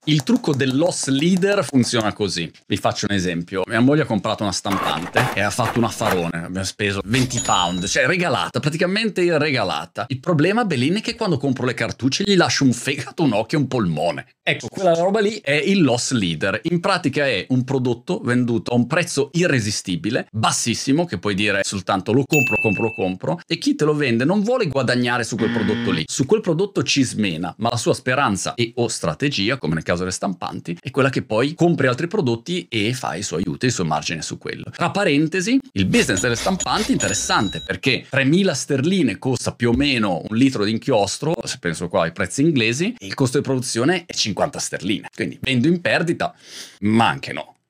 Il trucco del loss leader funziona così. Vi faccio un esempio. Mia moglie ha comprato una stampante e ha fatto un affarone. Abbiamo speso 20 pound, cioè regalata, praticamente regalata. Il problema, Belin, è che quando compro le cartucce gli lascio un fegato, un occhio e un polmone. Ecco, quella roba lì è il loss leader. In pratica è un prodotto venduto a un prezzo irresistibile, bassissimo, che puoi dire soltanto lo compro, e chi te lo vende non vuole guadagnare su quel prodotto lì. Su quel prodotto ci smena, ma la sua speranza e o strategia, come nel caso delle stampanti, è quella che poi compri altri prodotti e fai i suoi aiuti, il suo margine su quello. Tra parentesi, il business delle stampanti è interessante perché 3.000 sterline costa più o meno un litro di inchiostro, se penso qua ai prezzi inglesi, e il costo di produzione è 50 sterline. Quindi vendo in perdita, ma anche no.